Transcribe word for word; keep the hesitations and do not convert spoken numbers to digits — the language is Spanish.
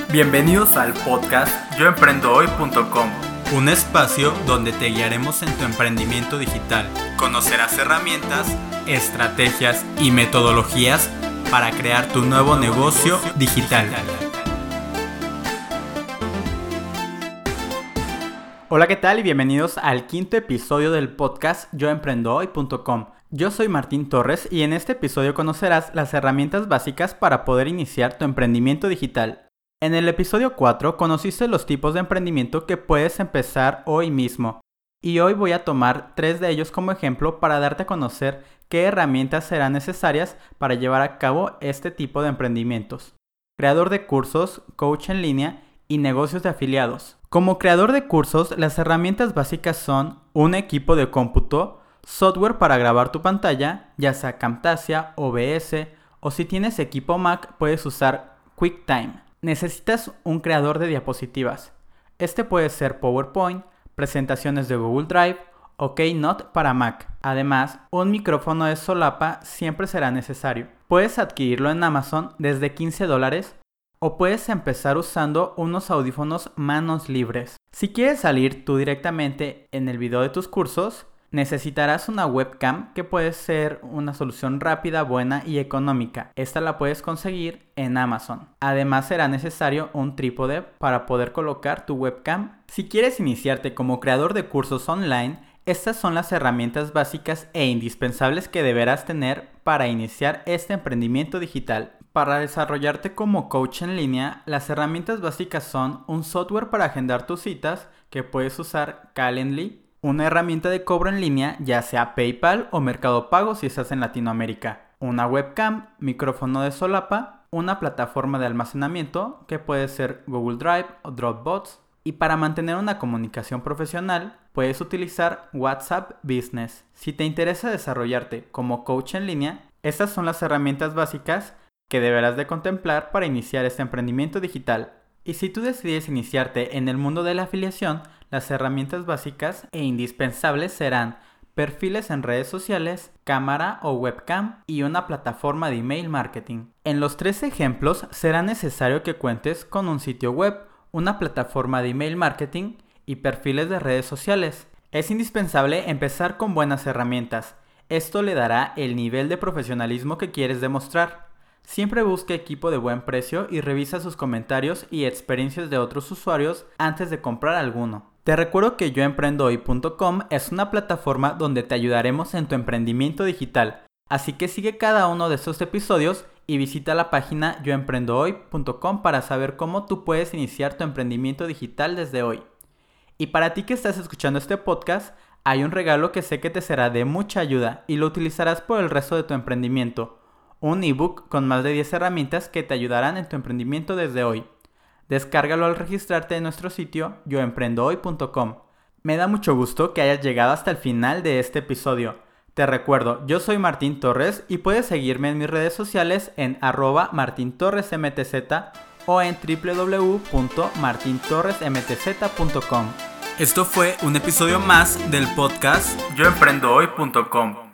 Bienvenidos al podcast yo emprendo hoy punto com, un espacio donde te guiaremos en tu emprendimiento digital. Conocerás herramientas, estrategias y metodologías para crear tu nuevo negocio digital. Hola, ¿qué tal? Y bienvenidos al quinto episodio del podcast yo emprendo hoy punto com. Yo soy Martín Torres y en este episodio conocerás las herramientas básicas para poder iniciar tu emprendimiento digital. En el episodio cuatro conociste los tipos de emprendimiento que puedes empezar hoy mismo. Y hoy voy a tomar tres de ellos como ejemplo para darte a conocer qué herramientas serán necesarias para llevar a cabo este tipo de emprendimientos. Creador de cursos, coach en línea y negocios de afiliados. Como creador de cursos, las herramientas básicas son un equipo de cómputo, software para grabar tu pantalla, ya sea Camtasia, O B S, o si tienes equipo Mac puedes usar QuickTime. Necesitas un creador de diapositivas. Este puede ser PowerPoint, presentaciones de Google Drive o Keynote para Mac. Además, un micrófono de solapa siempre será necesario. Puedes adquirirlo en Amazon desde quince dólares o puedes empezar usando unos audífonos manos libres. Si quieres salir tú directamente en el video de tus cursos, necesitarás una webcam que puede ser una solución rápida, buena y económica. Esta la puedes conseguir en Amazon. Además será necesario un trípode para poder colocar tu webcam. Si quieres iniciarte como creador de cursos online, estas son las herramientas básicas e indispensables que deberás tener para iniciar este emprendimiento digital. Para desarrollarte como coach en línea, las herramientas básicas son un software para agendar tus citas que puedes usar Calendly, una herramienta de cobro en línea, ya sea PayPal o Mercado Pago si estás en Latinoamérica, una webcam, micrófono de solapa, una plataforma de almacenamiento que puede ser Google Drive o Dropbox, y para mantener una comunicación profesional puedes utilizar WhatsApp Business. Si te interesa desarrollarte como coach en línea, estas son las herramientas básicas que deberás de contemplar para iniciar este emprendimiento digital. Y si tú decides iniciarte en el mundo de la afiliación, las herramientas básicas e indispensables serán perfiles en redes sociales, cámara o webcam y una plataforma de email marketing. En los tres ejemplos será necesario que cuentes con un sitio web, una plataforma de email marketing y perfiles de redes sociales. Es indispensable empezar con buenas herramientas. Esto le dará el nivel de profesionalismo que quieres demostrar. Siempre busca equipo de buen precio y revisa sus comentarios y experiencias de otros usuarios antes de comprar alguno. Te recuerdo que yo emprendo hoy punto com es una plataforma donde te ayudaremos en tu emprendimiento digital. Así que sigue cada uno de estos episodios y visita la página yo emprendo hoy punto com para saber cómo tú puedes iniciar tu emprendimiento digital desde hoy. Y para ti que estás escuchando este podcast, hay un regalo que sé que te será de mucha ayuda y lo utilizarás por el resto de tu emprendimiento. Un ebook con más de diez herramientas que te ayudarán en tu emprendimiento desde hoy. Descárgalo al registrarte en nuestro sitio yo emprendo hoy punto com. Me da mucho gusto que hayas llegado hasta el final de este episodio. Te recuerdo, yo soy Martín Torres y puedes seguirme en mis redes sociales en arroba martintorresmtz o en w w w punto martintorresmtz punto com. Esto fue un episodio más del podcast yo emprendo hoy punto com.